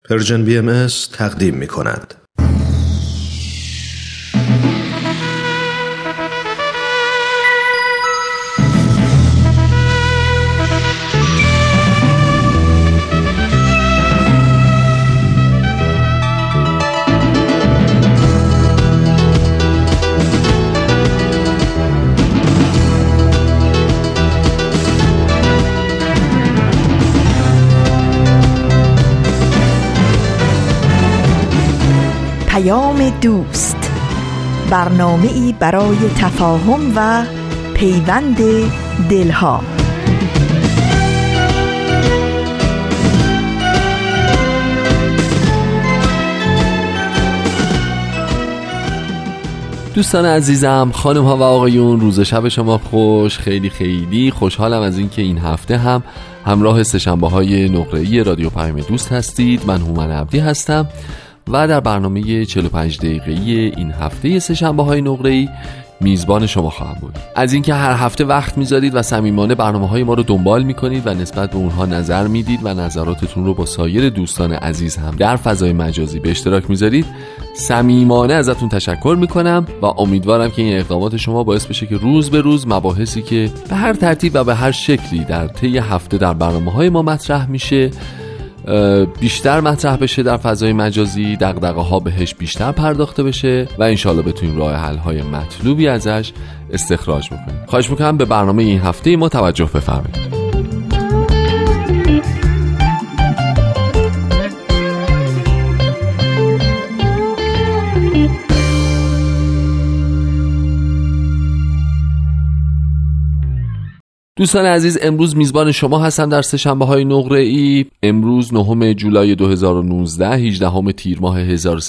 پرژن BMS تقدیم می کند. دوست، برنامه‌ای برای تفاهم و پیوند دلها. دوستان عزیزم، خانم ها و آقایون، روز شب شما خوش. خیلی خوشحالم از اینکه این هفته هم همراه سه‌شنبه های نقره‌ای رادیو پیام دوست هستید. من هومن عبدی هستم و در برنامه 45 دقیقه‌ای این هفته سه‌شنبه‌های نقره‌ای میزبان شما خواهم بود. از اینکه هر هفته وقت میذارید و صمیمانه برنامه‌های ما رو دنبال میکنید و نسبت به اونها نظر میدید و نظراتتون رو با سایر دوستان عزیز هم در فضای مجازی به اشتراک میذارید، صمیمانه ازتون تشکر میکنم و امیدوارم که این اقدامات شما باعث بشه که روز به روز مباحثی که به هر ترتیب و به هر شکلی در طی هفته در برنامه‌های ما مطرح میشه بیشتر مطرح بشه در فضای مجازی، دغدغه ها بهش بیشتر پرداخته بشه و انشالله بتونیم راه حل های مطلوبی ازش استخراج بکنیم. خواهش میکنم به برنامه این هفته ما توجه بفرمایید. دوستان عزیز، امروز میزبان شما هستم در سه‌شنبه‌های نقره‌ای. امروز 9 جولای 2019، 18 تیر ماه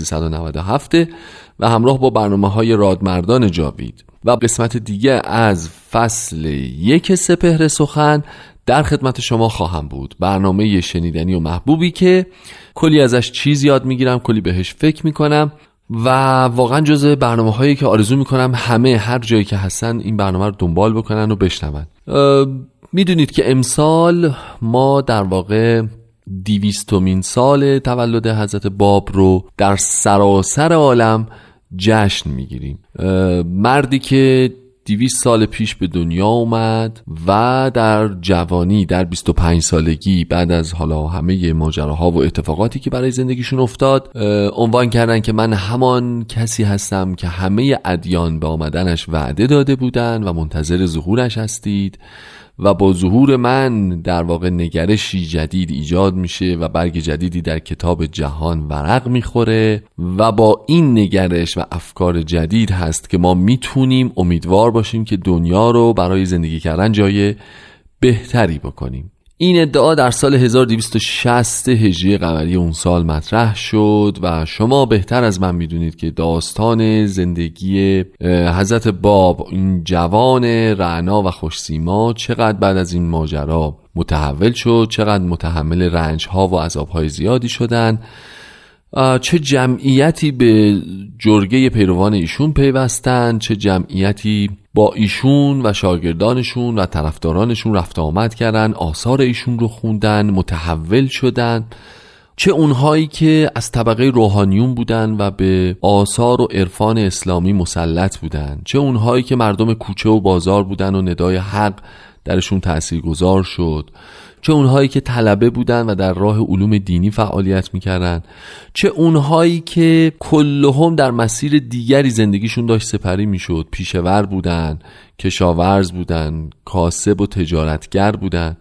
1397 و همراه با برنامه‌های رادمردان جاوید و قسمت دیگه از فصل 1 سپهر سخن در خدمت شما خواهم بود. برنامه شنیدنی و محبوبی که کلی ازش چیز یاد میگیرم، کلی بهش فکر میکنم و واقعا جزء برنامه‌هایی که آرزو میکنم همه هر جایی که هستن این برنامه رو دنبال بکنن و بشنون. میدونید که امسال ما در واقع 200مین سال تولد حضرت باب رو در سراسر عالم جشن میگیریم. مردی که 200 سال پیش به دنیا اومد و در جوانی، در 25 سالگی، بعد از حالا همه ماجراها و اتفاقاتی که برای زندگیشون افتاد، عنوان کردن که من همان کسی هستم که همه ادیان به آمدنش وعده داده بودن و منتظر ظهورش هستید و با ظهور من در واقع نگرشی جدید ایجاد میشه و برگ جدیدی در کتاب جهان ورق میخوره و با این نگرش و افکار جدید هست که ما میتونیم امیدوار باشیم که دنیا رو برای زندگی کردن جای بهتری بکنیم. این ادعا در سال 1260 هجری قمری اون سال مطرح شد و شما بهتر از من میدونید که داستان زندگی حضرت باب، این جوان رعنا و خوش‌سیما، چقدر بعد از این ماجرا متحول شد، چقدر متحمل رنج‌ها و عذاب‌های زیادی شدن، چه جمعیتی به جرگه پیروان ایشون پیوستند، چه جمعیتی با ایشون و شاگردانشون و طرفدارانشون رفت آمد کردن، آثار ایشون رو خوندن، متحول شدن، چه اونهایی که از طبقه روحانیون بودن و به آثار و عرفان اسلامی مسلط بودن، چه اونهایی که مردم کوچه و بازار بودن و ندای حق درشون تأثیرگذار شد، چه اونهایی که طلبه بودن و در راه علوم دینی فعالیت میکردن، چه اونهایی که کلهم در مسیر دیگری زندگیشون داشت سپری میشد، پیشور بودن، کشاورز بودن، کاسب و تجارتگر بودن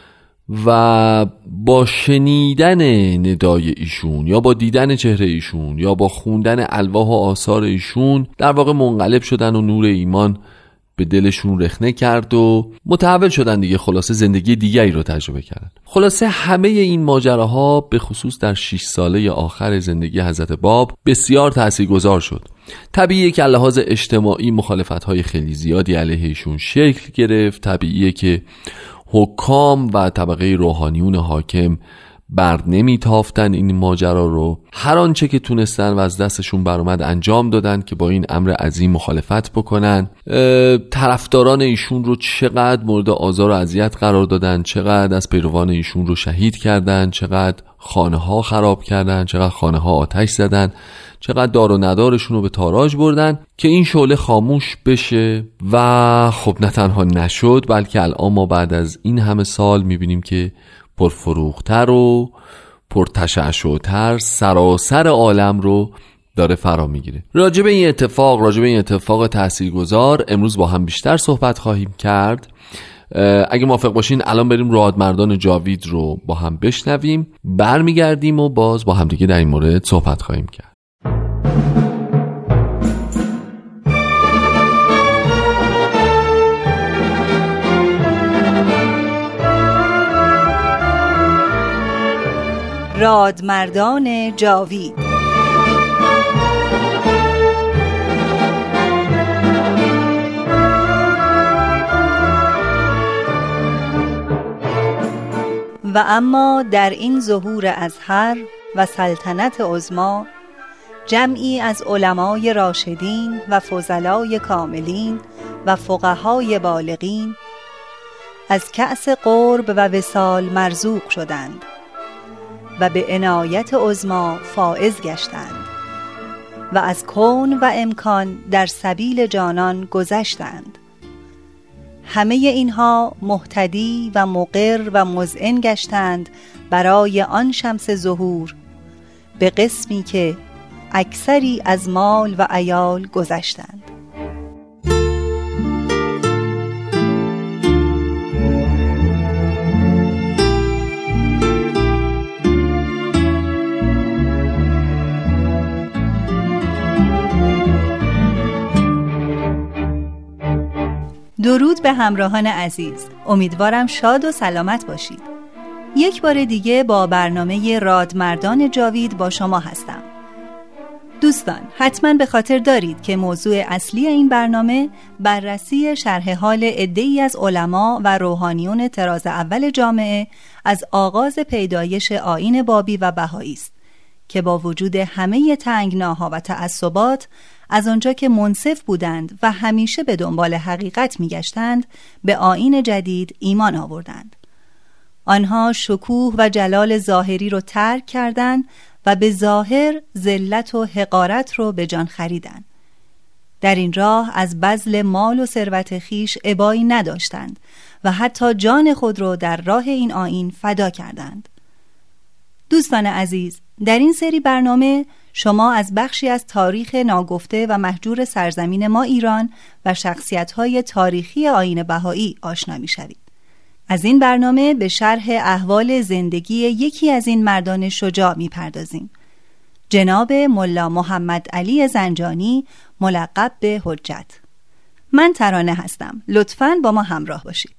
و با شنیدن ندای ایشون یا با دیدن چهره ایشون یا با خوندن الواح و آثار ایشون در واقع منقلب شدن و نور ایمان به دلشون رخنه کرد و متحول شدن دیگه. خلاصه زندگی دیگری رو تجربه کردن. خلاصه همه این ماجراها به خصوص در 6 ساله آخر زندگی حضرت باب بسیار تاثیرگذار شد. طبیعیه که لحاظ اجتماعی مخالفت‌های خیلی زیادی علیه ایشون شکل گرفت. طبیعیه که حکام و طبقه روحانیون حاکم بر نمیتافتن این ماجرا رو. هر آنچه که تونستن و از دستشون برآمد انجام دادن که با این امر عظیم مخالفت بکنن. طرفداران ایشون رو چقدر مورد آزار و اذیت قرار دادن، چقدر از پیروان ایشون رو شهید کردن، چقدر خانه ها خراب کردن، چقدر خانه ها آتش زدن، چقدر دار و ندارشون رو به تاراج بردن که این شعله خاموش بشه. و خب نه تنها نشد، بلکه الان ما بعد از این همه سال میبینیم که پرفروختر و پرتشعشع‌تر سراسر عالم رو داره فرا میگیره. راجب این اتفاق تاثیرگذار امروز با هم بیشتر صحبت خواهیم کرد. اگه موافق باشین الان بریم رادمردان جاوید رو با هم بشنویم، برمیگردیم و باز با هم دیگه در این مورد صحبت خواهیم کرد. رادمردان جاوید. و اما در این ظهور ازهر و سلطنت عظما جمعی از علمای راشدین و فضلای کاملین و فقهای بالغین از کأس قرب و وصال مرزوق شدند و به عنایت عظما فائز گشتند و از کون و امکان در سبیل جانان گذشتند. همه اینها مهتدی و مقر و مذعن گشتند برای آن شمس ظهور به قسمی که اکثری از مال و عیال گذشتند. درود به همراهان عزیز، امیدوارم شاد و سلامت باشید. یک بار دیگه با برنامه رادمردان جاوید با شما هستم. دوستان حتما به خاطر دارید که موضوع اصلی این برنامه بررسی شرح حال عده‌ای از علما و روحانیون طراز اول جامعه از آغاز پیدایش آیین بابی و بهایی است که با وجود همه تنگناها و تعصبات از آنجا که منصف بودند و همیشه به دنبال حقیقت می‌گشتند به آیین جدید ایمان آوردند. آنها شکوه و جلال ظاهری رو ترک کردند و به ظاهر ذلت و حقارت رو به جان خریدند. در این راه از بذل مال و ثروت خیش ابایی نداشتند و حتی جان خود رو در راه این آیین فدا کردند. دوستان عزیز، در این سری برنامه شما از بخشی از تاریخ ناگفته و مهجور سرزمین ما ایران و شخصیت‌های تاریخی آیین بهایی آشنا می‌شوید. از این برنامه به شرح احوال زندگی یکی از این مردان شجاع می‌پردازیم. جناب ملا محمد علی زنجانی ملقب به حجت. من ترانه هستم. لطفاً با ما همراه باشید.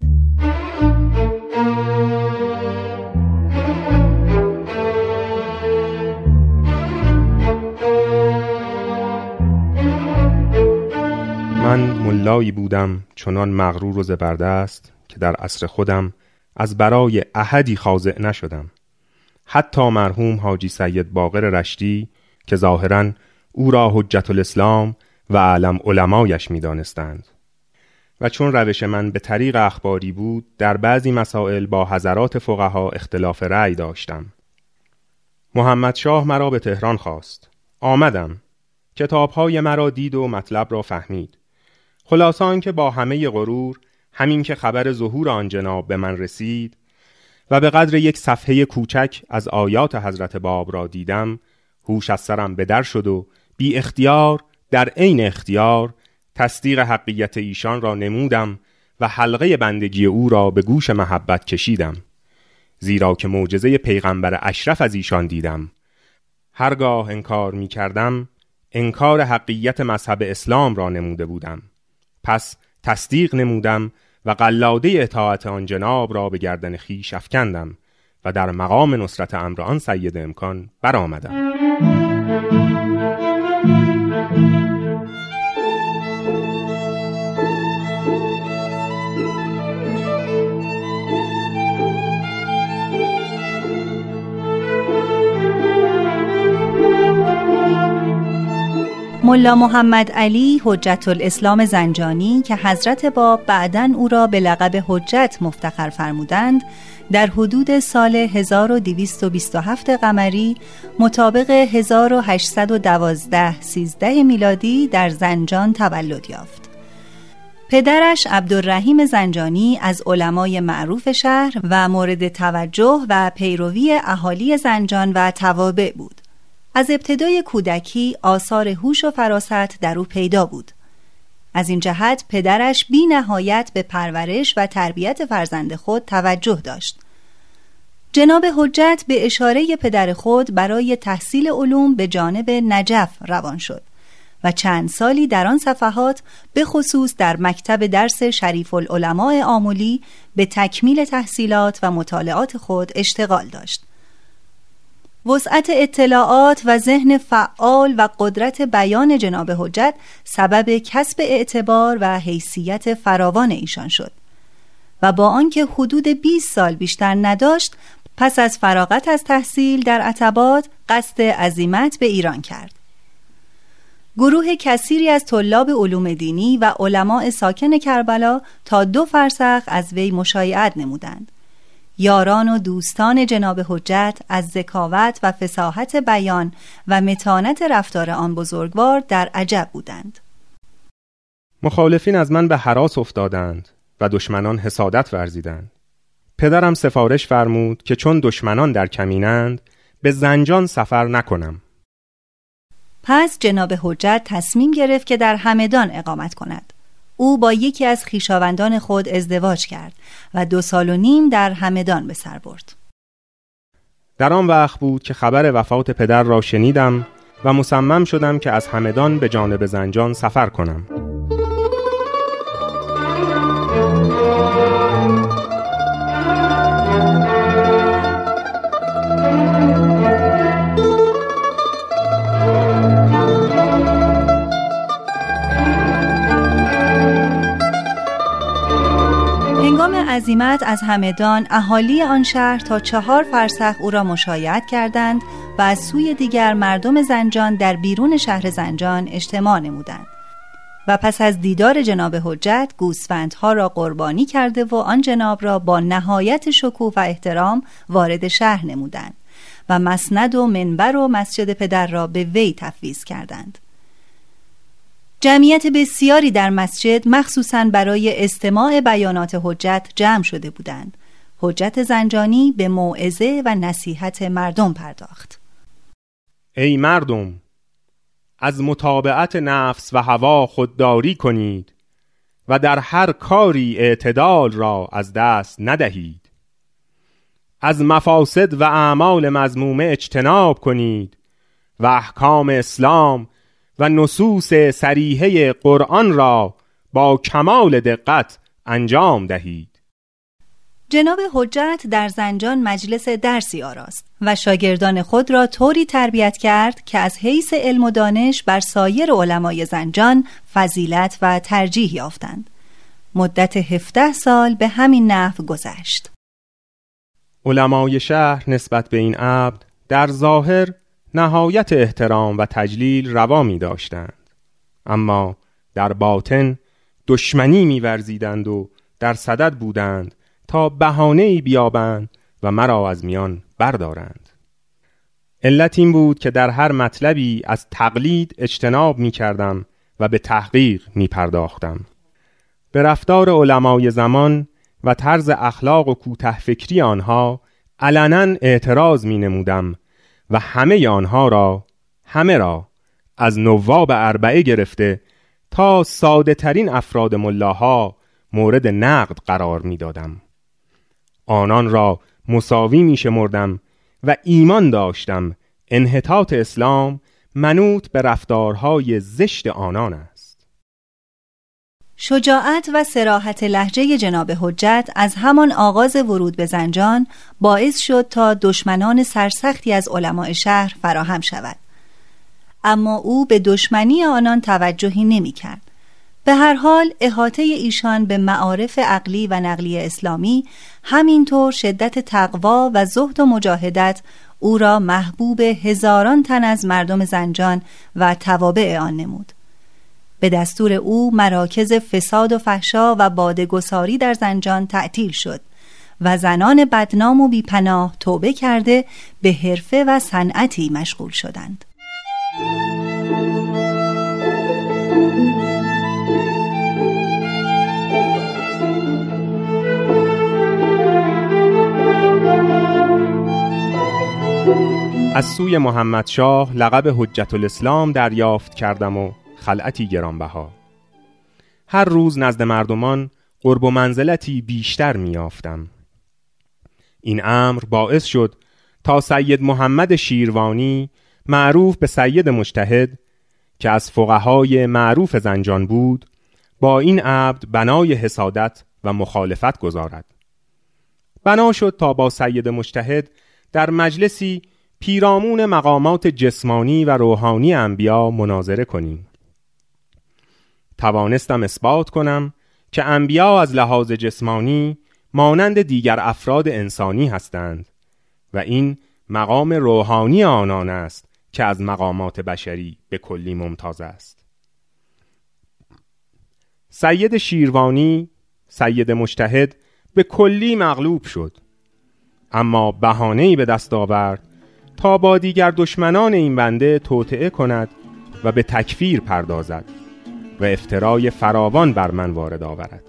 من ملایی بودم چنان مغرور و زبردست که در عصر خودم از برای احدی خاضع نشدم. حتی مرحوم حاجی سید باقر رشتی که ظاهراً او را حجت الاسلام و اعلم علمایش می دانستند. و چون روش من به طریق اخباری بود در بعضی مسائل با حضرات فقها اختلاف رأی داشتم. محمد شاه مرا به تهران خواست. آمدم. کتابهای مرا دید و مطلب را فهمید. خلاصه آن که با همه غرور همین که خبر ظهور آن جناب به من رسید و به قدر یک صفحه کوچک از آیات حضرت باب را دیدم، هوش از سرم به در شد و بی اختیار در عین اختیار تصدیق حقیقت ایشان را نمودم و حلقه بندگی او را به گوش محبت کشیدم، زیرا که معجزه پیغمبر اشرف از ایشان دیدم. هرگاه انکار می کردم انکار حقیقت مذهب اسلام را نموده بودم. پس تصدیق نمودم و قلاده اطاعت آن جناب را به گردن خویش افکندم و در مقام نصرت امر آن سید امکان برآمدم. ملا محمد علی حجت الاسلام زنجانی که حضرت باب بعداً او را به لقب حجت مفتخر فرمودند، در حدود سال 1227 قمری مطابق 1812 میلادی در زنجان تولد یافت. پدرش عبدالرحیم زنجانی از علمای معروف شهر و مورد توجه و پیروی اهالی زنجان و توابع بود. از ابتدای کودکی آثار هوش و فراست در او پیدا بود. از این جهت پدرش بی نهایت به پرورش و تربیت فرزند خود توجه داشت. جناب حجت به اشاره پدر خود برای تحصیل علوم به جانب نجف روان شد و چند سالی در آن صفحات به خصوص در مکتب درس شریف العلماء آملی به تکمیل تحصیلات و مطالعات خود اشتغال داشت. وسعت اطلاعات و ذهن فعال و قدرت بیان جناب حجت سبب کسب اعتبار و حیثیت فراوان ایشان شد و با آنکه حدود 20 سال بیشتر نداشت، پس از فراغت از تحصیل در عتبات قصد عزیمت به ایران کرد. گروه کثیری از طلاب علوم دینی و علماء ساکن کربلا تا 2 فرسخ از وی مشایعت نمودند. یاران و دوستان جناب حجت از ذکاوت و فصاحت بیان و متانت رفتار آن بزرگوار در عجب بودند. مخالفین از من به هراس افتادند و دشمنان حسادت ورزیدند. پدرم سفارش فرمود که چون دشمنان در کمینند به زنجان سفر نکنم. پس جناب حجت تصمیم گرفت که در همدان اقامت کند. او با یکی از خویشاوندان خود ازدواج کرد و 2.5 سال در همدان به سر برد. در آن وقت بود که خبر وفات پدر را شنیدم و مصمم شدم که از همدان به جانب زنجان سفر کنم. عزیمت از همدان اهالی آن شهر تا 4 فرسخ او را مشایعت کردند و از سوی دیگر مردم زنجان در بیرون شهر زنجان اجتماع نمودند و پس از دیدار جناب حجت گوسفندها را قربانی کرده و آن جناب را با نهایت شکوه و احترام وارد شهر نمودند و مسند و منبر و مسجد پدر را به وی تفویض کردند. جمعیت بسیاری در مسجد مخصوصاً برای استماع بیانات حجت جمع شده بودند. حجت زنجانی به موعظه و نصیحت مردم پرداخت. ای مردم، از متابعت نفس و هوا خودداری کنید و در هر کاری اعتدال را از دست ندهید. از مفاسد و اعمال مذمومه اجتناب کنید و احکام اسلام و نصوص صریحه قرآن را با کمال دقت انجام دهید. جناب حجت در زنجان مجلس درسی آراست و شاگردان خود را طوری تربیت کرد که از حیث علم و دانش بر سایر علمای زنجان فضیلت و ترجیح یافتند. مدت 17 سال به همین نحو گذشت. علمای شهر نسبت به این عبد در ظاهر نهایت احترام و تجلیل روا می داشتند، اما در باطن دشمنی می ورزیدند و در صدد بودند تا بهانه‌ای بیابند و مرا از میان بردارند. علت این بود که در هر مطلبی از تقلید اجتناب می کردم و به تحقیق می پرداختم. به رفتار علمای زمان و طرز اخلاق و کوته فکری آنها علنا اعتراض می نمودم و همه را از نواب اربعه گرفته تا ساده ترین افراد ملاها مورد نقد قرار می دادم. آنان را مساوی می شمردم و ایمان داشتم انحطاط اسلام منوط به رفتارهای زشت آنان است. شجاعت و صراحت لهجه جناب حجت از همان آغاز ورود به زنجان باعث شد تا دشمنان سرسختی از علماء شهر فراهم شود، اما او به دشمنی آنان توجهی نمی کرد. به هر حال احاطه ایشان به معارف عقلی و نقلی اسلامی، همینطور شدت تقوا و زهد و مجاهدت او را محبوب هزاران تن از مردم زنجان و توابع آن نمود. به دستور او مراکز فساد و فحشا و باده‌گساری در زنجان تعطیل شد و زنان بدنام و بیپناه توبه کرده به حرفه و صنعتی مشغول شدند. از سوی محمد شاه لقب حجت الاسلام دریافت کردم و خلعتی گرانبها. هر روز نزد مردمان قرب و منزلتی بیشتر میافتم. این امر باعث شد تا سید محمد شیروانی معروف به سید مجتهد که از فقهای معروف زنجان بود با این عبد بنای حسادت و مخالفت گذارد. بنا شد تا با سید مجتهد در مجلسی پیرامون مقامات جسمانی و روحانی انبیا مناظره کنیم. توانستم اثبات کنم که انبیا از لحاظ جسمانی مانند دیگر افراد انسانی هستند و این مقام روحانی آنان است که از مقامات بشری به کلی ممتاز است. سید شیروانی، سید مجتهد به کلی مغلوب شد، اما بهانه‌ای به دست آورد تا با دیگر دشمنان این بنده توطئه کند و به تکفیر پردازد و افترای فراوان بر من وارد آورد.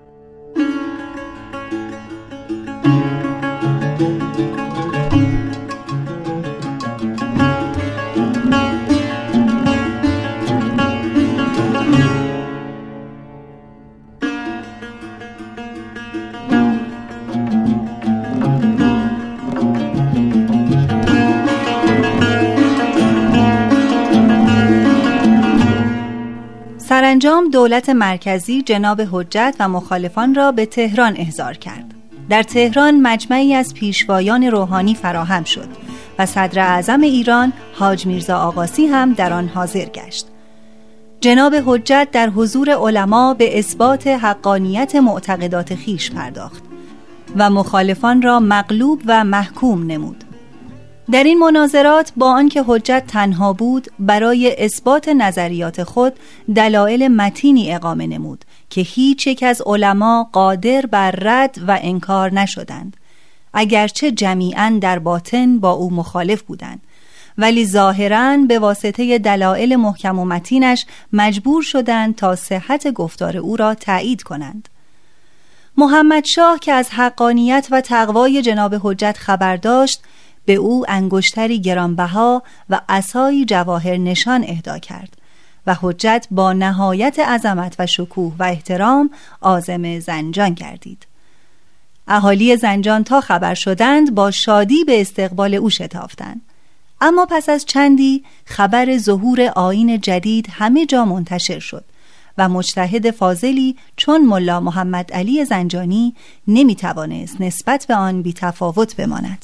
سرانجام دولت مرکزی جناب حجت و مخالفان را به تهران احضار کرد. در تهران مجمعی از پیشوایان روحانی فراهم شد و صدر اعظم ایران حاج میرزا آقاسی هم در آن حاضر گشت. جناب حجت در حضور علما به اثبات حقانیت معتقدات خیش پرداخت و مخالفان را مغلوب و محکوم نمود. در این مناظرات با آنکه حجت تنها بود برای اثبات نظریات خود دلایل متینی اقامه نمود که هیچ یک از علما قادر بر رد و انکار نشدند، اگرچه جمیعاً در باطن با او مخالف بودند، ولی ظاهراً به واسطه دلایل محکم و متینش مجبور شدند تا صحت گفتار او را تایید کنند. محمد شاه که از حقانیت و تقوای جناب حجت خبر داشت به او انگشتری گرانبها و عصایی جواهر نشان اهدا کرد و حجت با نهایت عظمت و شکوه و احترام عازم زنجان گردید. اهالی زنجان تا خبر شدند با شادی به استقبال او شتافتند. اما پس از چندی خبر ظهور آیین جدید همه جا منتشر شد و مجتهد فاضلی چون ملا محمد علی زنجانی نمیتوانست نسبت به آن بی‌تفاوت بماند.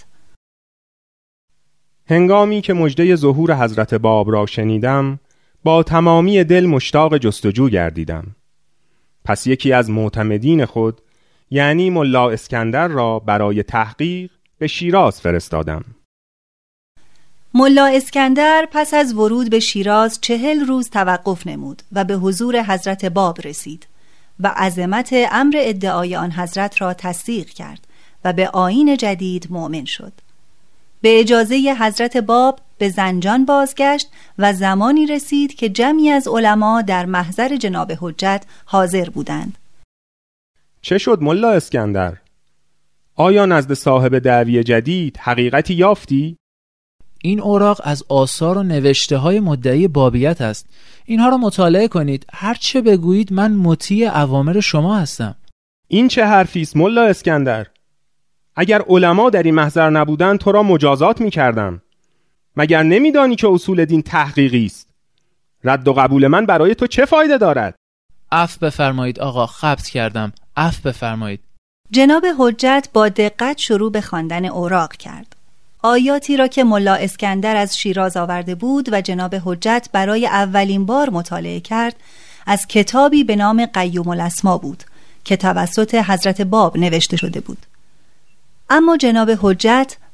هنگامی که مژده ظهور حضرت باب را شنیدم با تمامی دل مشتاق جستجو گردیدم. پس یکی از معتمدین خود یعنی ملا اسکندر را برای تحقیق به شیراز فرستادم. ملا اسکندر پس از ورود به شیراز 40 روز توقف نمود و به حضور حضرت باب رسید و عظمت امر ادعای آن حضرت را تصدیق کرد و به آیین جدید مؤمن شد. به اجازه حضرت باب به زنجان بازگشت و زمانی رسید که جمعی از علما در محضر جناب حجت حاضر بودند. چه شد ملا اسکندر؟ آیا نزد صاحب دعوی جدید حقیقتی یافتی؟ این اوراق از آثار و نوشته های مدعی بابیت است. اینها را مطالعه کنید. هر چه بگویید من مطیع اوامر شما هستم. این چه حرفی است ملا اسکندر؟ اگر علما در این محضر نبودند تو را مجازات می کردم. مگر نمیدانی که اصول دین تحقیقی است؟ رد و قبول من برای تو چه فایده دارد؟ عفو بفرمایید آقا، خبط کردم. عفو بفرمایید. جناب حجت با دقت شروع به خواندن اوراق کرد. آیاتی را که ملا اسکندر از شیراز آورده بود و جناب حجت برای اولین بار مطالعه کرد از کتابی به نام قیوم الاسما بود که توسط حضرت باب نوشته شده بود. اما جناب حجت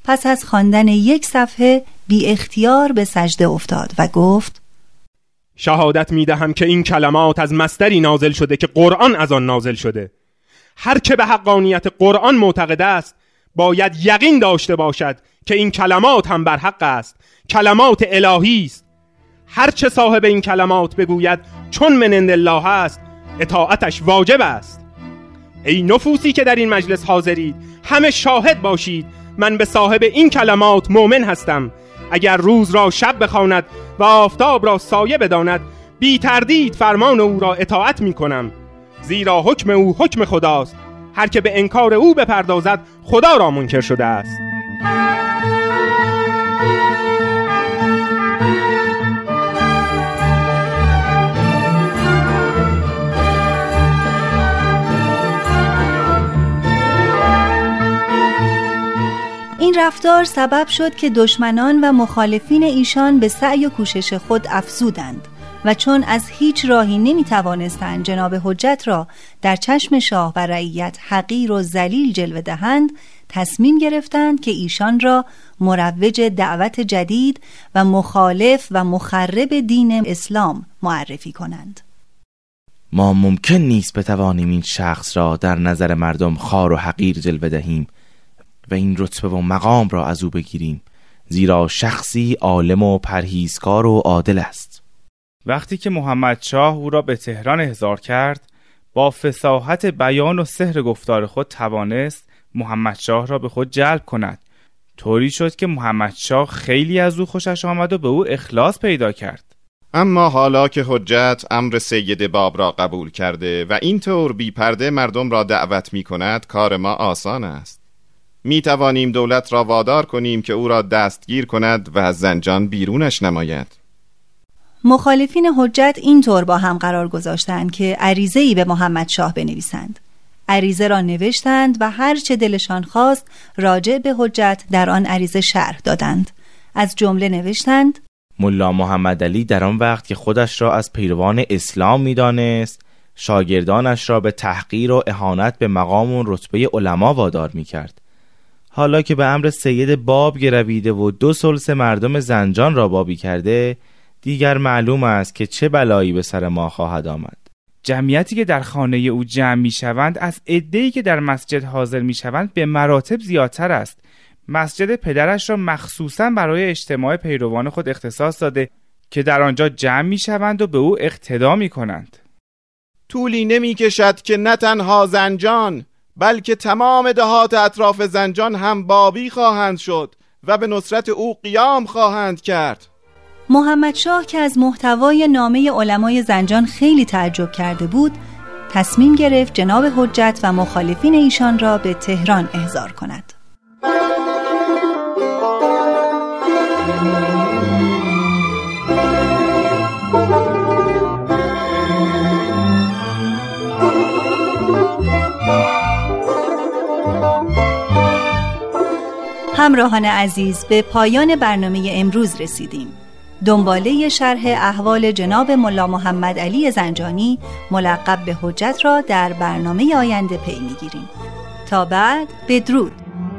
پس از خواندن یک صفحه بی اختیار به سجده افتاد و گفت: شهادت میدهم که این کلمات از مصدری نازل شده که قرآن از آن نازل شده. هر که به حقانیت قرآن معتقد است باید یقین داشته باشد که این کلمات هم بر حق است، کلمات الهی است. هر چه صاحب این کلمات بگوید چون من عند الله است، اطاعتش واجب است. ای نفوسی که در این مجلس حاضرید، همه شاهد باشید من به صاحب این کلمات مؤمن هستم. اگر روز را شب بخواند و آفتاب را سایه بداند، بی تردید فرمان او را اطاعت می کنم، زیرا حکم او حکم خداست. هر که به انکار او بپردازد خدا را منکر شده است. این رفتار سبب شد که دشمنان و مخالفین ایشان به سعی و کوشش خود افزودند و چون از هیچ راهی نمی توانستند جناب حجت را در چشم شاه و رعیت حقیر و ذلیل جلوه دهند، تصمیم گرفتند که ایشان را مروج دعوت جدید و مخالف و مخرب دین اسلام معرفی کنند. ما ممکن نیست بتوانیم این شخص را در نظر مردم خوار و حقیر جلوه دهیم و این رتبه و مقام را از او بگیریم، زیرا شخصی عالم و پرهیزکار و عادل است. وقتی که محمد شاه او را به تهران احضار کرد، با فصاحت بیان و سحر گفتار خود توانست محمد شاه را به خود جلب کند. طوری شد که محمد شاه خیلی از او خوشش آمد و به او اخلاص پیدا کرد. اما حالا که حجت امر سید باب را قبول کرده و اینطور بی پرده مردم را دعوت می کند، کار ما آسان است. می توانیم دولت را وادار کنیم که او را دستگیر کند و از زنجان بیرونش نماید. مخالفین حجت اینطور با هم قرار گذاشتند که عریضه‌ای به محمد شاه بنویسند. عریضه را نوشتند و هر چه دلشان خواست راجع به حجت در آن عریضه شرح دادند. از جمله نوشتند: ملا محمد علی در آن وقت که خودش را از پیروان اسلام می‌دانست، شاگردانش را به تحقیر و اهانت به مقام و رتبه علما وادار می‌کرد. حالا که به امر سید باب گرویده و 2/3 مردم زنجان را بابی کرده، دیگر معلوم است که چه بلایی به سر ما خواهد آمد. جمعیتی که در خانه او جمع می‌شوند از عده‌ای که در مسجد حاضر می‌شوند به مراتب زیادتر است. مسجد پدرش را مخصوصاً برای اجتماع پیروان خود اختصاص داده که در آنجا جمع می‌شوند و به او اقتدا می‌کنند. طولی نمی‌کشد که نه تنها زنجان بلکه تمام دهات اطراف زنجان هم بابی خواهند شد و به نصرت او قیام خواهند کرد. محمد شاه که از محتوای نامه علمای زنجان خیلی تعجب کرده بود، تصمیم گرفت جناب حجت و مخالفین ایشان را به تهران احضار کند. همراهان عزیز، به پایان برنامه امروز رسیدیم. دنباله شرح احوال جناب ملا محمد علی زنجانی ملقب به حجت را در برنامه آینده پی می‌گیریم. تا بعد، بدرود.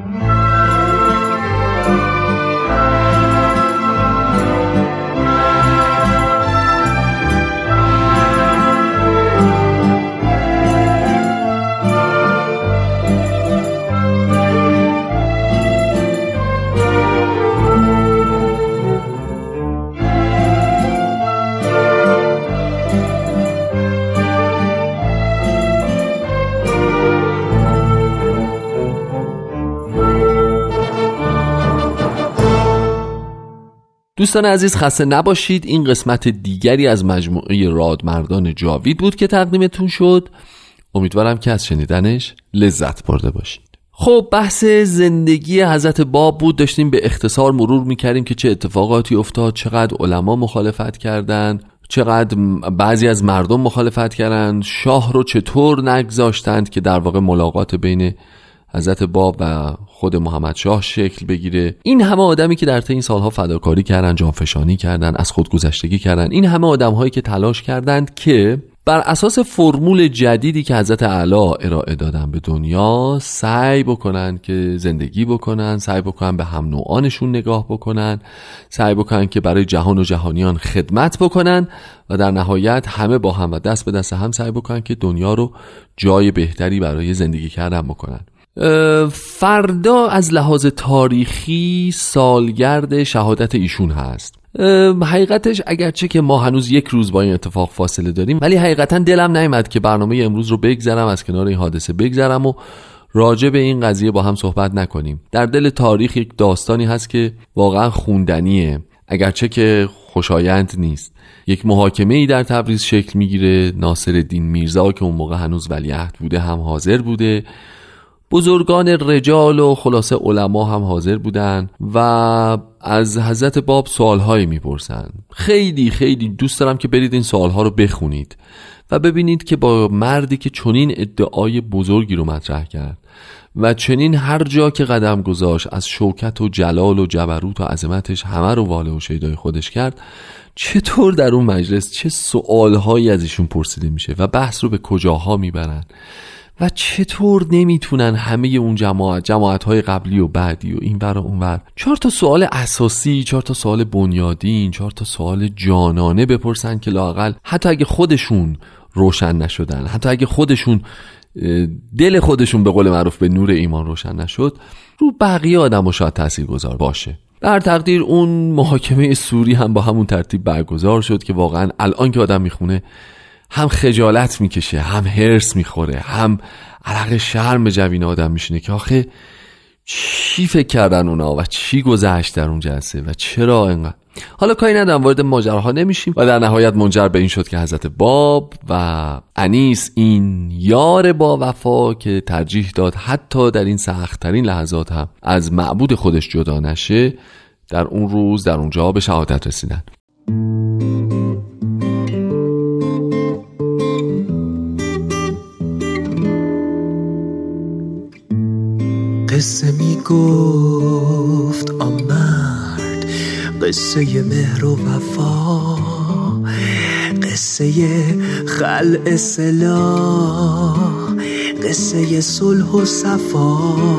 دوستان عزیز، خسته نباشید. این قسمت دیگری از مجموعه رادمردان جاوید بود که تقدیمتون شد. امیدوارم که از شنیدنش لذت برده باشید. خب، بحث زندگی حضرت باب بود. داشتیم به اختصار مرور میکردیم که چه اتفاقاتی افتاد، چقدر علما مخالفت کردند، چقدر بعضی از مردم مخالفت کردند، شاه رو چطور نگذاشتند که در واقع ملاقات بین حضرت باب و خود محمد شاه شکل بگیره. این همه آدمی که در طی این سالها فداکاری کردن، جانفشانی کردن، از خودگذشتگی کردن، این همه آدم‌هایی که تلاش کردند که بر اساس فرمول جدیدی که حضرت اعلی ارائه دادن به دنیا سعی بکنن که زندگی بکنن، سعی بکنن به هم نوعانشون نگاه بکنن، سعی بکنن که برای جهان و جهانیان خدمت بکنن و در نهایت همه با هم و دست به دست هم سعی بکنن که دنیا رو جای بهتری برای زندگی کردن بکنن. فردا از لحاظ تاریخی سالگرد شهادت ایشون هست. حقیقتش اگرچه که ما هنوز یک روز با این اتفاق فاصله داریم، ولی حقیقتا دلم نیامد که برنامه امروز رو بگذرم، از کنار این حادثه بگذرم و راجع به این قضیه با هم صحبت نکنیم. در دل تاریخ یک داستانی هست که واقعا خوندنیه، اگرچه که خوشایند نیست. یک محاکمه ای در تبریز شکل میگیره، ناصرالدین میرزا که اون موقع هنوز ولیعهد بوده هم حاضر بوده، بزرگان رجال و خلاصه علما هم حاضر بودن و از حضرت باب سوالهایی میپرسن. خیلی خیلی دوست دارم که برید این سوالها رو بخونید و ببینید که با مردی که چنین ادعای بزرگی رو مطرح کرد و چنین هر جا که قدم گذاشت از شوکت و جلال و جبروت و عظمتش همه رو واله و شیدای خودش کرد، چطور در اون مجلس چه سوالهایی از ایشون پرسیده میشه و بحث رو به کجاها میبرن و چطور نمیتونن همه اون جماعت‌های قبلی و بعدی و این ور و اون ور 4 تا سوال اساسی، 4 تا سوال بنیادین، 4 تا سوال جانانه بپرسن که لااقل حتی اگه خودشون روشن نشدن، حتی اگه خودشون دل خودشون به قول معروف به نور ایمان روشن نشد، رو بقیه آدم‌ها شاید تاثیرگذار باشه. در تقدیر اون محاکمه سوری هم با همون ترتیب برگزار شد که واقعا الان که آدم میخونه هم خجالت میکشه، هم هرس میخوره، هم عرق شرم به جبین آدم میشینه که آخه چی فکر کردن اونا و چی گذشت در اون جلسه و چرا اینقدر. حالا کاری ندارم، وارد ماجراها نمیشیم و در نهایت منجر به این شد که حضرت باب و انیس، این یار با وفا که ترجیح داد حتی در این سخت‌ترین لحظات هم از معبود خودش جدا نشه، در اون روز در اونجا به شهادت رسیدن. قصه می گفت آمرد، قصه مهر و وفا، قصه خلع سلاح، قصه صلح و صفا.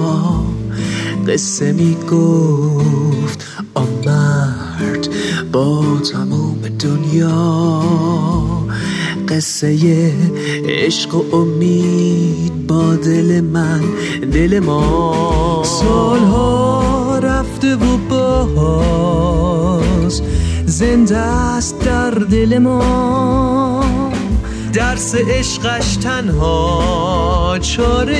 قصه می گفت آمرد با تمام دنیا، قصه عشق و امید با دل من، دل ما. سالها رفته و باز زنده است در دل ما، درس عشقش تنها چاره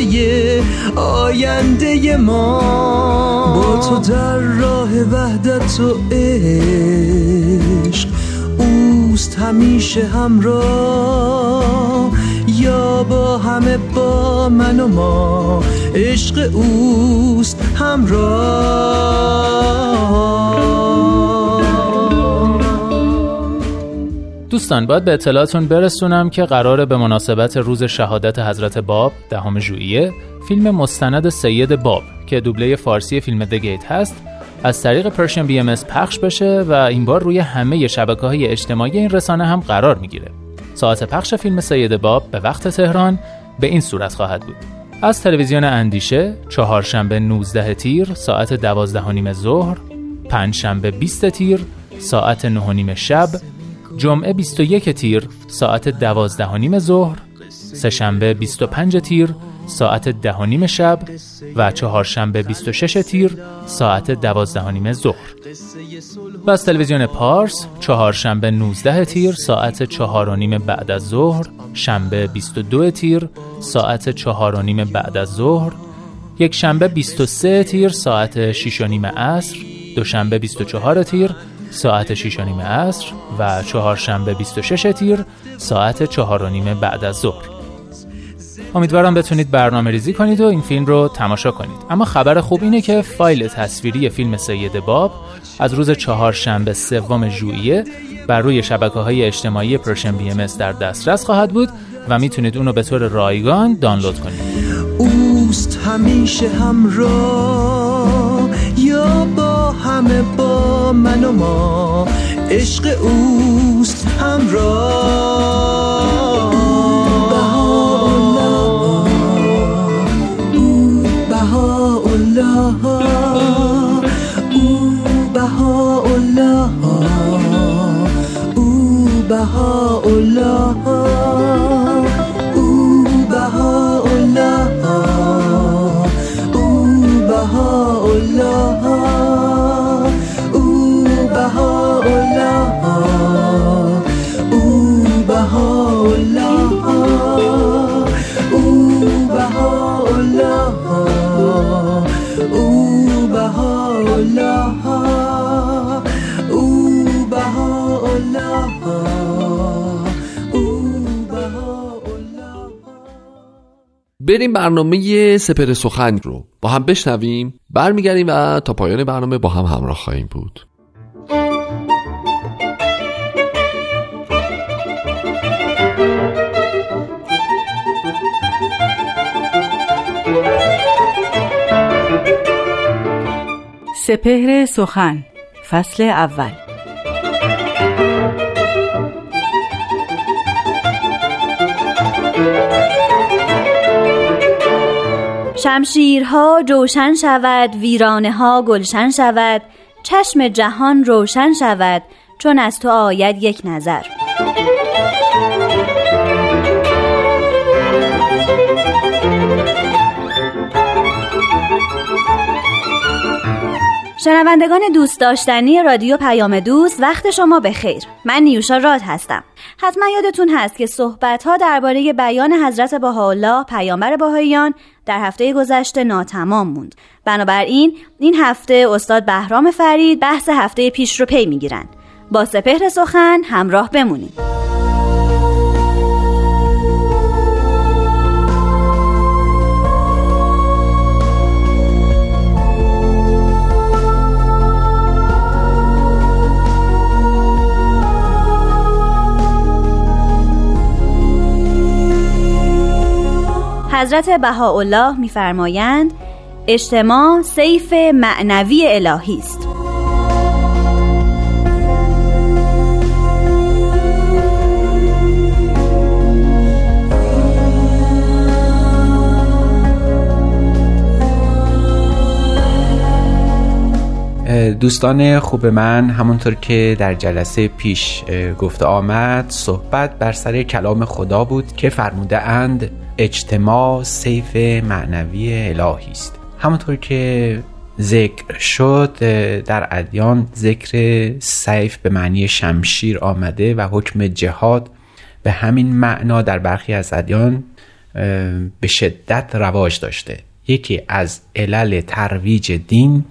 آینده ما. با تو در راه وحدت و عشق اوست همیشه همراه، یا با همه با من و ما، عشق اوست همراه. دوستان باید به اطلاعاتون برسونم که قراره به مناسبت روز شهادت حضرت باب 10 ژوئیه فیلم مستند سید باب که دوبله فارسی فیلم The Gate هست از طریق پرشن BMS پخش بشه و این بار روی همه شبکه‌های اجتماعی این رسانه هم قرار میگیره. ساعت پخش فیلم سید باب به وقت تهران به این صورت خواهد بود: از تلویزیون اندیشه چهارشنبه 19 تیر ساعت 12:30 ظهر، پنجشنبه 20 تیر ساعت 9:30 شب، جمعه 21 تیر ساعت 12:30 ظهر، سه‌شنبه 25 تیر ساعت 10:30 شب و چهارشنبه 26 تیر ساعت 12:30 ظهر. و از تلویزیون پارس چهارشنبه 19 تیر ساعت 4:30 بعد از ظهر، شنبه 22 تیر ساعت 4:30 بعد از ظهر، یک شنبه 23 تیر ساعت 6:30 عصر، دوشنبه 24 تیر ساعت 6:30 عصر و چهارشنبه 26 تیر ساعت 4:30 بعد از ظهر. امیدوارم بتونید برنامه ریزی کنید و این فیلم رو تماشا کنید. اما خبر خوب اینه که فایل تصویری فیلم سید باب از روز چهارشنبه 3 ژوئیه بر روی شبکه‌های اجتماعی پرشن BMS در دسترس خواهد بود و میتونید اونو به طور رایگان دانلود کنید. اوست همیشه همراه، یا با همه با من و ما، عشق اوست همراه. بهاءالله او بهاءالله او بهاءالله او بهاءالله او بهاءالله او بهاءالله او بهاءالله بریم برنامه سپهر سخن رو با هم بشنویم، برمیگردیم و تا پایان برنامه با هم همراه خواهیم بود. سپهر سخن فصل اول. شمشیرها جوشن شود، ویرانه ها گلشن شود، چشم جهان روشن شود، چون از تو آید یک نظر. شنوندگان دوست داشتنی رادیو پیام دوست، وقت شما بخیر. من نیوشا راد هستم. حتما یادتون هست که صحبت‌ها درباره بیان حضرت بهاءالله پیامبر بهائیان در هفته گذشته ناتمام موند. بنابراین این هفته استاد بهرام فرید بحث هفته پیش رو پی میگیرن. با سپهر سخن همراه بمونید. حضرت بهاءالله می‌فرمایند اجتماع سیف معنوی الهی است. دوستان خوب من، همونطور که در جلسه پیش گفته آمد، صحبت بر سر کلام خدا بود که فرموده اند اجتماع سیف معنوی الهی است. همونطور که ذکر شد در ادیان ذکر سیف به معنی شمشیر آمده و حکم جهاد به همین معنا در برخی از ادیان به شدت رواج داشته. یکی از علل ترویج دین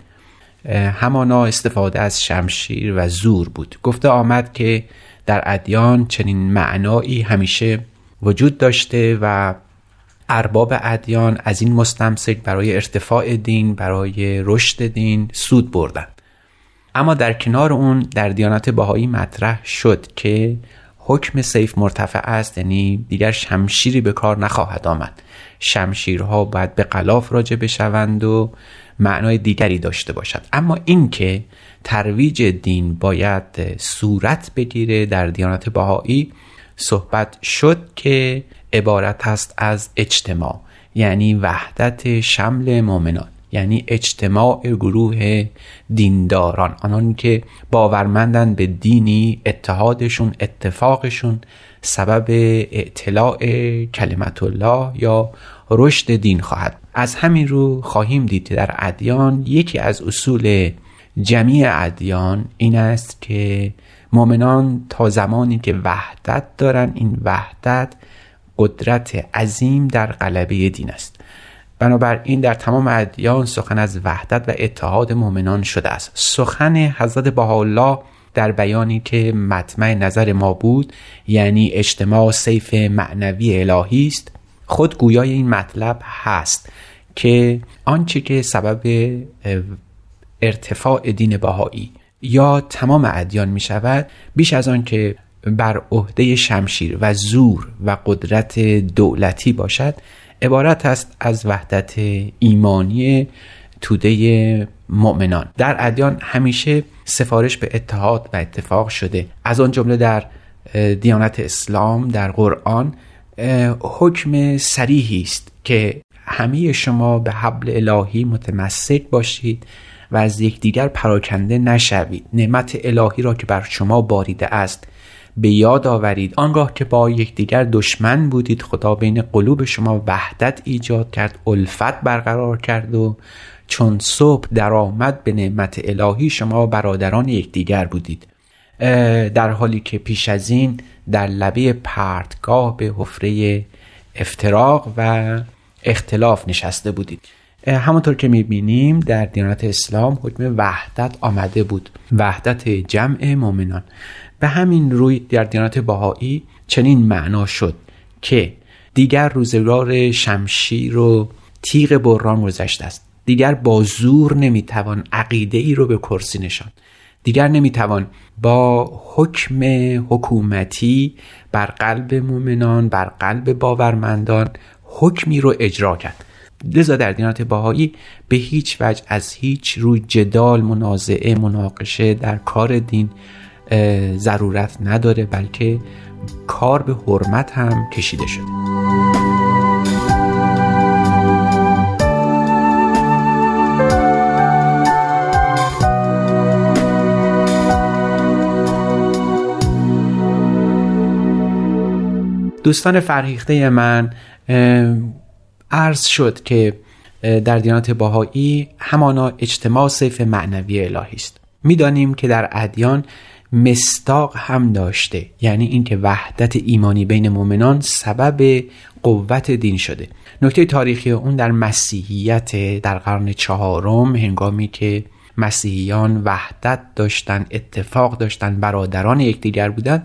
همانا استفاده از شمشیر و زور بود. گفته آمد که در ادیان چنین معنایی همیشه وجود داشته و ارباب ادیان از این مستمسک برای ارتفاع دین، برای رشد دین سود بردن. اما در کنار اون در دیانت بهایی مطرح شد که حکم سیف مرتفع است، یعنی دیگر شمشیری به کار نخواهد آمد. شمشیرها باید به غلاف راجع بشوند و معنای دیگری داشته باشد. اما این که ترویج دین باید صورت بگیره در دیانت بهایی صحبت شد که عبارت است از اجتماع، یعنی وحدت شمل مؤمنان، یعنی اجتماع گروه دینداران، آنان که باورمندن به دینی، اتحادشون، اتفاقشون سبب اطلاع کلمت الله یا رشد دین خواهد. از همین رو خواهیم دید که در ادیان یکی از اصول جمیع ادیان این است که مؤمنان تا زمانی که وحدت دارن، این وحدت قدرت عظیم در غلبه دین است. بنابراین در تمام ادیان سخن از وحدت و اتحاد مؤمنان شده است. سخن حضرت بهاءالله در بیانی که مطمع نظر ما بود، یعنی اجتماع سیف معنوی الهی است، خود گویای این مطلب هست که آنچه که سبب ارتفاع دین بهایی یا تمام ادیان می شود، بیش از آن که بر عهده شمشیر و زور و قدرت دولتی باشد، عبارت است از وحدت ایمانی توده مؤمنان. در ادیان همیشه سفارش به اتحاد و اتفاق شده. از آن جمله در دیانت اسلام در قرآن حکم صریحی است که همه شما به حبل الهی متمسک باشید و از یکدیگر پراکنده نشوید. نعمت الهی را که بر شما باریده است به یاد آورید آنگاه که با یکدیگر دشمن بودید خدا بین قلوب شما وحدت ایجاد کرد، الفت برقرار کرد و چون صبح درآمد به نعمت الهی شما برادران یکدیگر بودید، در حالی که پیش از این در لبه پرتگاه به حفره افتراق و اختلاف نشسته بودید. همونطور که میبینیم در دیانت اسلام حکم وحدت آمده بود، وحدت جمع مؤمنان. به همین روی در دیانت بهایی چنین معنا شد که دیگر روزگار شمشیر و تیغ بران گذشته است. دیگر با زور نمیتوان عقیده ای رو به کرسی نشاند. دیگر نمیتوان با حکم حکومتی بر قلب مؤمنان، بر قلب باورمندان حکمی رو اجرا کرد. لذا در دیانت بهایی به هیچ وجه از هیچ روی جدال، منازعه، مناقشه در کار دین ضرورت نداره، بلکه کار به حرمت هم کشیده شده. دوستان فرهیخته من، عرض شد که در دیانت بهایی همانا اجتماع سیف معنوی الهی است. می‌دانیم که در ادیان مصداق هم داشته، یعنی اینکه وحدت ایمانی بین مؤمنان سبب قوت دین شده. نکته تاریخی اون در مسیحیت در قرن 4 هنگامی که مسیحیان وحدت داشتن، اتفاق داشتن، برادران یکدیگر بودند،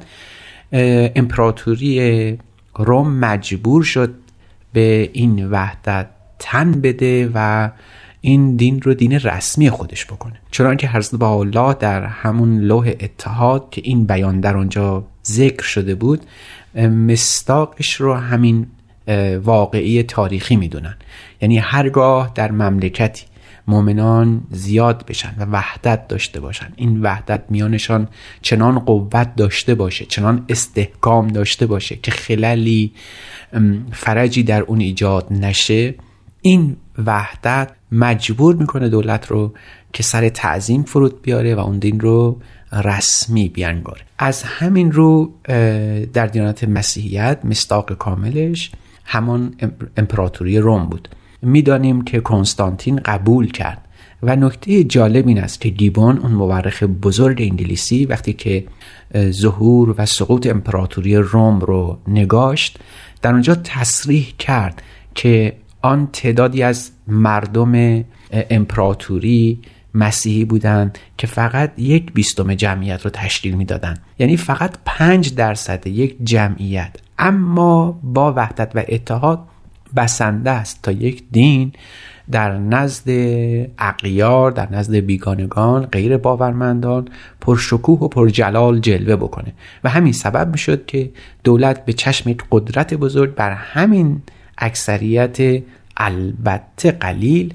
امپراتوری روم مجبور شد به این وحدت تن بده و این دین رو دین رسمی خودش بکنه. چنانکه حضرت بهاءالله در همون لوح اتحاد که این بیان در آنجا ذکر شده بود، مصداقش رو همین واقعی تاریخی میدونن. یعنی هرگاه در مملکتی مؤمنان زیاد بشن و وحدت داشته باشن، این وحدت میانشان چنان قوت داشته باشه، چنان استحکام داشته باشه که خللی، فرجی در اون ایجاد نشه، این وحدت مجبور میکنه دولت رو که سر تعظیم فرود بیاره و اون دین رو رسمی بیانگاره. از همین رو در دیانت مسیحیت مصداق کاملش همان امپراتوری روم بود. میدانیم که کنستانتین قبول کرد و نکته جالب این است که گیبون، اون مورخ بزرگ انگلیسی، وقتی که ظهور و سقوط امپراتوری روم رو نگاشت، در اونجا تصریح کرد که آن تعدادی از مردم امپراتوری مسیحی بودند که فقط 1/20 جمعیت رو تشکیل میدادند، یعنی فقط 5% یک جمعیت، اما با وحدت و اتحاد بسنده است تا یک دین در نزد اغیار، در نزد بیگانگان، غیر باورمندان پرشکوه و پرجلال جلوه بکنه و همین سبب میشد که دولت به چشم یک قدرت بزرگ بر همین اکثریت البته قلیل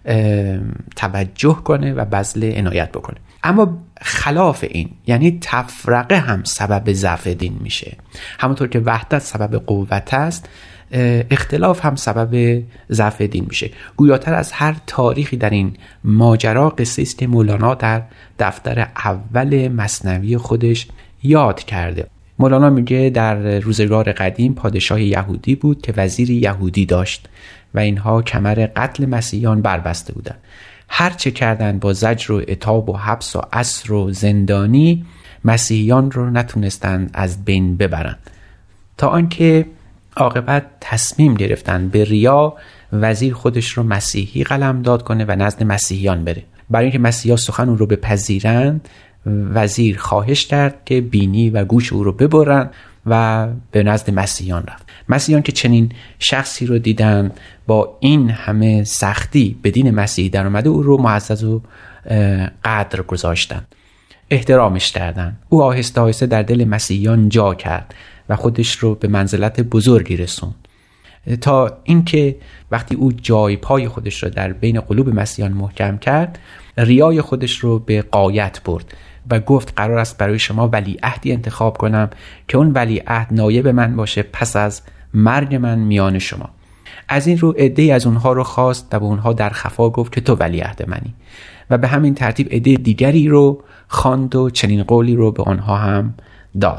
توجه کنه و بذل عنایت بکنه. اما خلاف این، یعنی تفرقه هم سبب ضعف دین میشه. همونطور که وحدت سبب قوت است، اختلاف هم سبب ضعف دین میشه. گویاتر از هر تاریخی در این ماجرا قصه است که مولانا در دفتر اول مثنوی خودش یاد کرده. مولانا میگه در روزگار قدیم پادشاه یهودی بود که وزیر یهودی داشت و اینها کمر قتل مسیحیان بربسته بودند. هر چه کردن با زجر و عتاب و حبس و اسر و زندانی، مسیحیان رو نتونستند از بین ببرند، تا آنکه عاقبت تصمیم گرفتن به ریا وزیر خودش رو مسیحی قلمداد کنه و نزد مسیحیان بره. برای اینکه مسیحیان سخن اون رو بپذیرند، وزیر خواهش کرد که بینی و گوش او رو ببرن و به نزد مسیحیان رفت. مسیحیان که چنین شخصی رو دیدن با این همه سختی به دین مسیحی در اومده، او رو معزز و قدر گذاشتن، احترامش کردن. او آهسته آهسته در دل مسیحیان جا کرد و خودش رو به منزلت بزرگی رسوند، تا اینکه وقتی او جای پای خودش رو در بین قلوب مسیحیان محکم کرد، ریای خودش رو به غایت برد و گفت قرار است برای شما ولیعهدی انتخاب کنم که اون ولیعهد نایب من باشه پس از مرگ من میان شما. از این رو عده‌ای از اونها رو خواست و به اونها در خفا گفت که تو ولیعهد منی، و به همین ترتیب عده دیگری رو خواند و چنین قولی رو به آنها هم داد.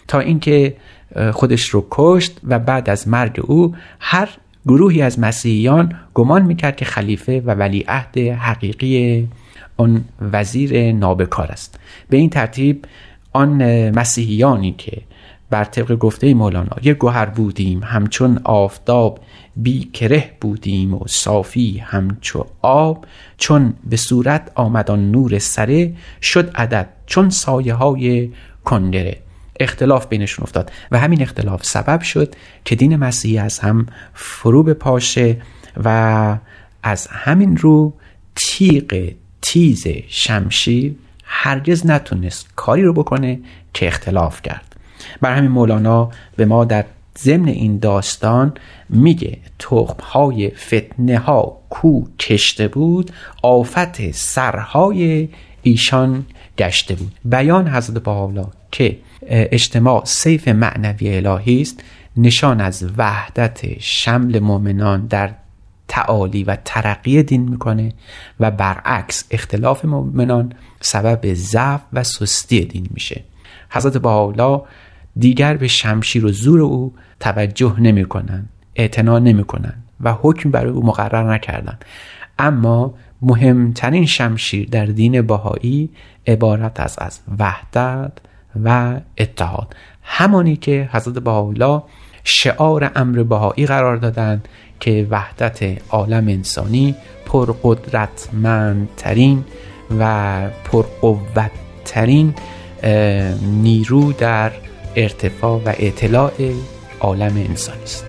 تا اینکه خودش رو کشت و بعد از مرگ او هر گروهی از مسیحیان گمان میکرد که خلیفه و ولیعهد حقیقی آن وزیر نابکار است. به این ترتیب آن مسیحیانی که بر طبق گفته مولانا یک گوهر بودیم همچون آفتاب، بی کره بودیم و صافی همچو آب، چون به صورت آمدان نور سره، شد عدد چون سایه های کندره. اختلاف بینشون افتاد و همین اختلاف سبب شد که دین مسیحی از هم فرو بپاشه و از همین رو تیغ تیز شمشیر هرگز نتونست کاری رو بکنه که اختلاف کرد. بر همین مولانا به ما در ضمن این داستان میگه تخم‌های فتنه ها کو کشته بود، آفت سرهای ایشان گشته بود. بیان حضرت بهاءالله که اجتماع سیف معنوی الهی است نشان از وحدت شمل مؤمنان در تعالی و ترقی دین میکنه و برعکس اختلاف مؤمنان سبب ضعف و سستی دین میشه. حضرت بهاءالله دیگر به شمشیر و زور او توجه نمیکنن، اعتنا نمیکنن و حکم برای او مقرر نکردن. اما مهمترین شمشیر در دین بهایی عبارت از وحدت و اتحاد، همانی که حضرت بهاءالله شعار امر بهایی قرار دادن که وحدت عالم انسانی پرقدرتمندترین و پرقوتترین نیرو در ارتفاع و اطلاع عالم انسانی است.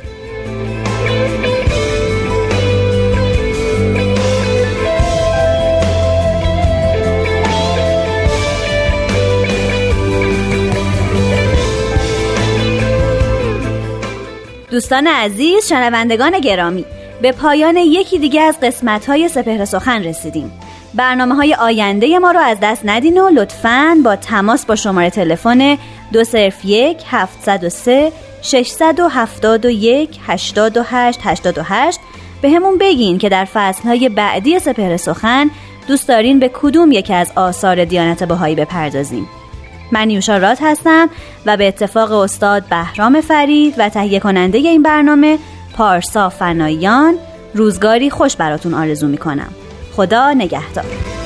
دوستان عزیز، شنوندگان گرامی، به پایان یکی دیگه از قسمت‌های سپهر سخن رسیدیم. برنامه‌های آینده ما رو از دست ندین و لطفاً با تماس با شماره تلفن 201 703 671 8888 به همون بگین که در فصل‌های بعدی سپهر سخن دوست دارین به کدوم یکی از آثار دیانت بهایی بپردازیم. من نیوشا راد هستم و به اتفاق استاد بهرام فرید و تهیه کننده این برنامه پارسا فناییان روزگاری خوش براتون آرزو میکنم. خدا نگهدار.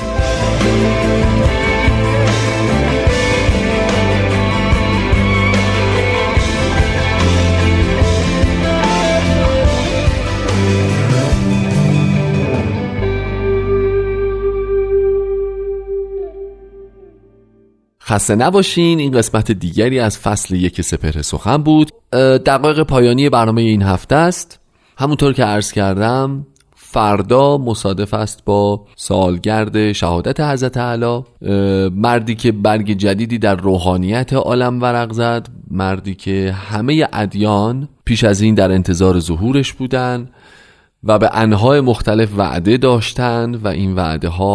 خسته نباشین. این قسمت دیگری از فصل 1 سپهر سخن بود. دقایق پایانی برنامه این هفته است. همونطور که عرض کردم فردا مصادف است با سالگرد شهادت حضرت اعلی، مردی که برگ جدیدی در روحانیت عالم ورق زد، مردی که همه ادیان پیش از این در انتظار ظهورش بودن و به انواع مختلف وعده داشتند و این وعده ها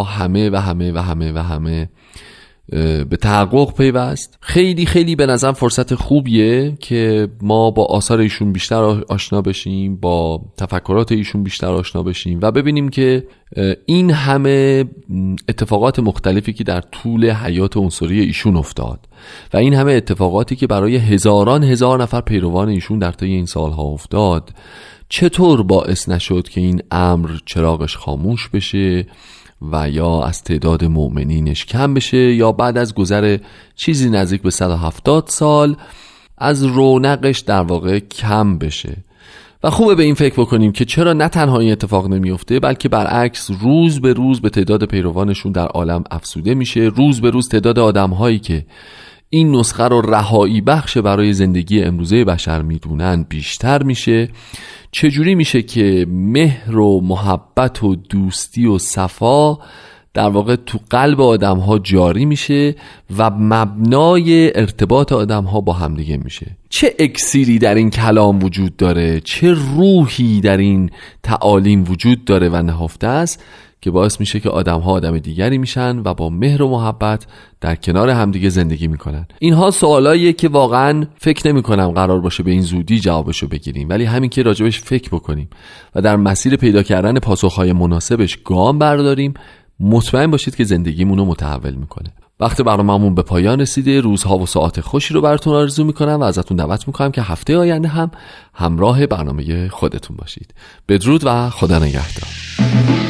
همه به تحقق پیوست. خیلی خیلی به نظرم فرصت خوبیه که ما با آثار ایشون بیشتر آشنا بشیم، با تفکرات ایشون بیشتر آشنا بشیم و ببینیم که این همه اتفاقات مختلفی که در طول حیات عنصری ایشون افتاد و این همه اتفاقاتی که برای هزاران هزار نفر پیروان ایشون در طی این سالها افتاد چطور باعث نشد که این امر چراغش خاموش بشه و یا از تعداد مؤمنینش کم بشه یا بعد از گذر چیزی نزدیک به 170 سال از رونقش در واقع کم بشه. و خوبه به این فکر بکنیم که چرا نه تنها این اتفاق نمیفته بلکه برعکس روز به روز به تعداد پیروانشون در عالم افزوده میشه، روز به روز تعداد آدم‌هایی که این نسخه رو رهایی بخش برای زندگی امروزه بشر میدونن بیشتر میشه. چجوری میشه که مهر و محبت و دوستی و صفا در واقع تو قلب آدم ها جاری میشه و مبنای ارتباط آدم ها با همدیگه میشه. چه اکسیری در این کلام وجود داره، چه روحی در این تعالیم وجود داره و نهفته است که باعث میشه که آدم ها آدم دیگری میشن و با مهر و محبت در کنار همدیگه زندگی میکنن. اینها سوالاییه که واقعا فکر نمی کنم قرار باشه به این زودی جوابشو بگیریم، ولی همین که راجبش فکر بکنیم و در مسیر پیدا کردن پاسخهای مناسبش گام برداریم مطمئن باشید که زندگیمونو متحول میکنه. وقت برنامه‌مون به پایان رسیده. روزها و ساعات خوشی رو براتون آرزو میکنم و ازتون دعوت میکنم که هفته آینده هم همراه برنامه خودتون باشید. بدرود و خدا نگهدار.